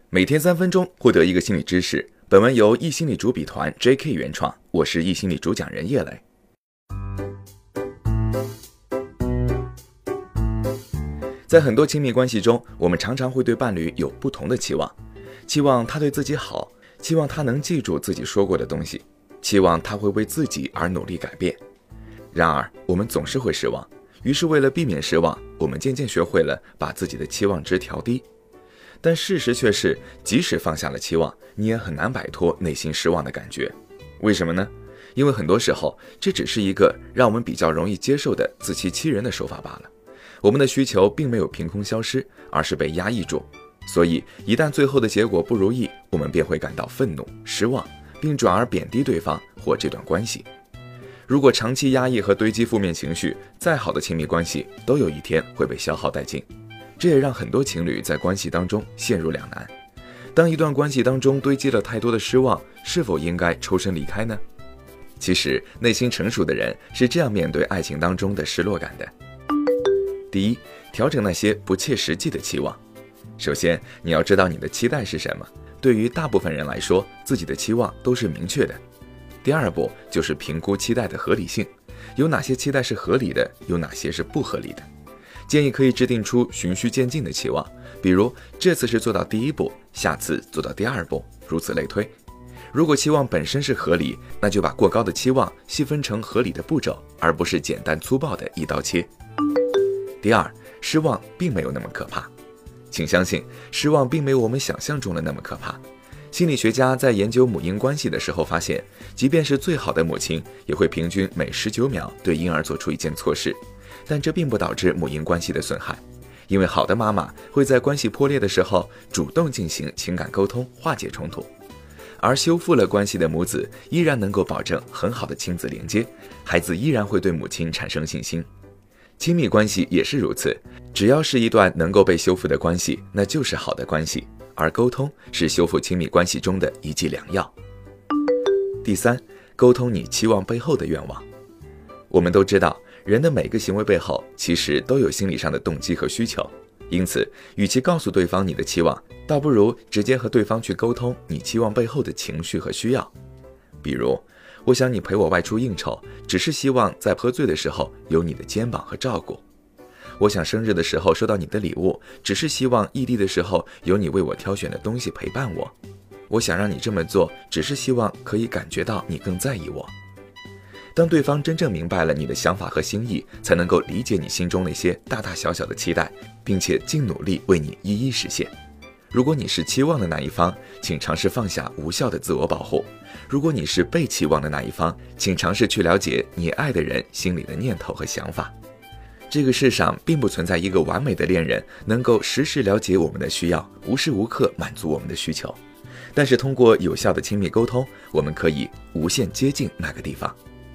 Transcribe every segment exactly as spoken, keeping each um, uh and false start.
每天三分钟，获得一个心理知识。本文由易心理主笔团 J K 原创，我是易心理主讲人叶磊。在很多亲密关系中，我们常常会对伴侣有不同的期望，期望他对自己好，期望他能记住自己说过的东西，期望他会为自己而努力改变。然而，我们总是会失望，于是为了避免失望，我们渐渐学会了把自己的期望值调低。但事实却是，即使放下了期望，你也很难摆脱内心失望的感觉。为什么呢？因为很多时候，这只是一个让我们比较容易接受的自欺欺人的手法罢了。我们的需求并没有凭空消失，而是被压抑住。所以，一旦最后的结果不如意，我们便会感到愤怒、失望，并转而贬低对方或这段关系。如果长期压抑和堆积负面情绪，再好的亲密关系都有一天会被消耗殆尽。这也让很多情侣在关系当中陷入两难。当一段关系当中堆积了太多的失望，是否应该抽身离开呢？其实，内心成熟的人是这样面对爱情当中的失落感的。第一，调整那些不切实际的期望。首先，你要知道你的期待是什么。对于大部分人来说，自己的期望都是明确的。第二步就是评估期待的合理性，有哪些期待是合理的，有哪些是不合理的。建议可以制定出循序渐进的期望，比如这次是做到第一步，下次做到第二步，如此类推。如果期望本身是合理，那就把过高的期望细分成合理的步骤，而不是简单粗暴的一刀切。第二，失望并没有那么可怕。请相信，失望并没有我们想象中的那么可怕。心理学家在研究母婴关系的时候发现，即便是最好的母亲，也会平均每十九秒对婴儿做出一件错事。但这并不导致母婴关系的损害，因为好的妈妈会在关系破裂的时候主动进行情感沟通，化解冲突，而修复了关系的母子依然能够保证很好的亲子连接，孩子依然会对母亲产生信心。亲密关系也是如此，只要是一段能够被修复的关系，那就是好的关系，而沟通是修复亲密关系中的一剂良药。第三，沟通你期望背后的愿望。我们都知道，人的每个行为背后其实都有心理上的动机和需求，因此与其告诉对方你的期望，倒不如直接和对方去沟通你期望背后的情绪和需要。比如，我想你陪我外出应酬，只是希望在喝醉的时候有你的肩膀和照顾。我想生日的时候收到你的礼物，只是希望异地的时候有你为我挑选的东西陪伴我。我想让你这么做，只是希望可以感觉到你更在意我。当对方真正明白了你的想法和心意，才能够理解你心中那些大大小小的期待，并且尽努力为你一一实现。如果你是期望的那一方，请尝试放下无效的自我保护；如果你是被期望的那一方，请尝试去了解你爱的人心里的念头和想法。这个世上并不存在一个完美的恋人能够时时了解我们的需要，无时无刻满足我们的需求，但是通过有效的亲密沟通，我们可以无限接近那个地方。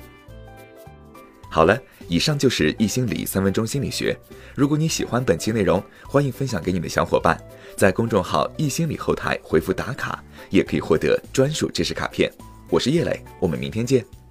好了，以上就是易心理三分钟心理学。如果你喜欢本期内容，欢迎分享给你的小伙伴，在公众号易心理后台回复打卡，也可以获得专属知识卡片。我是叶磊，我们明天见。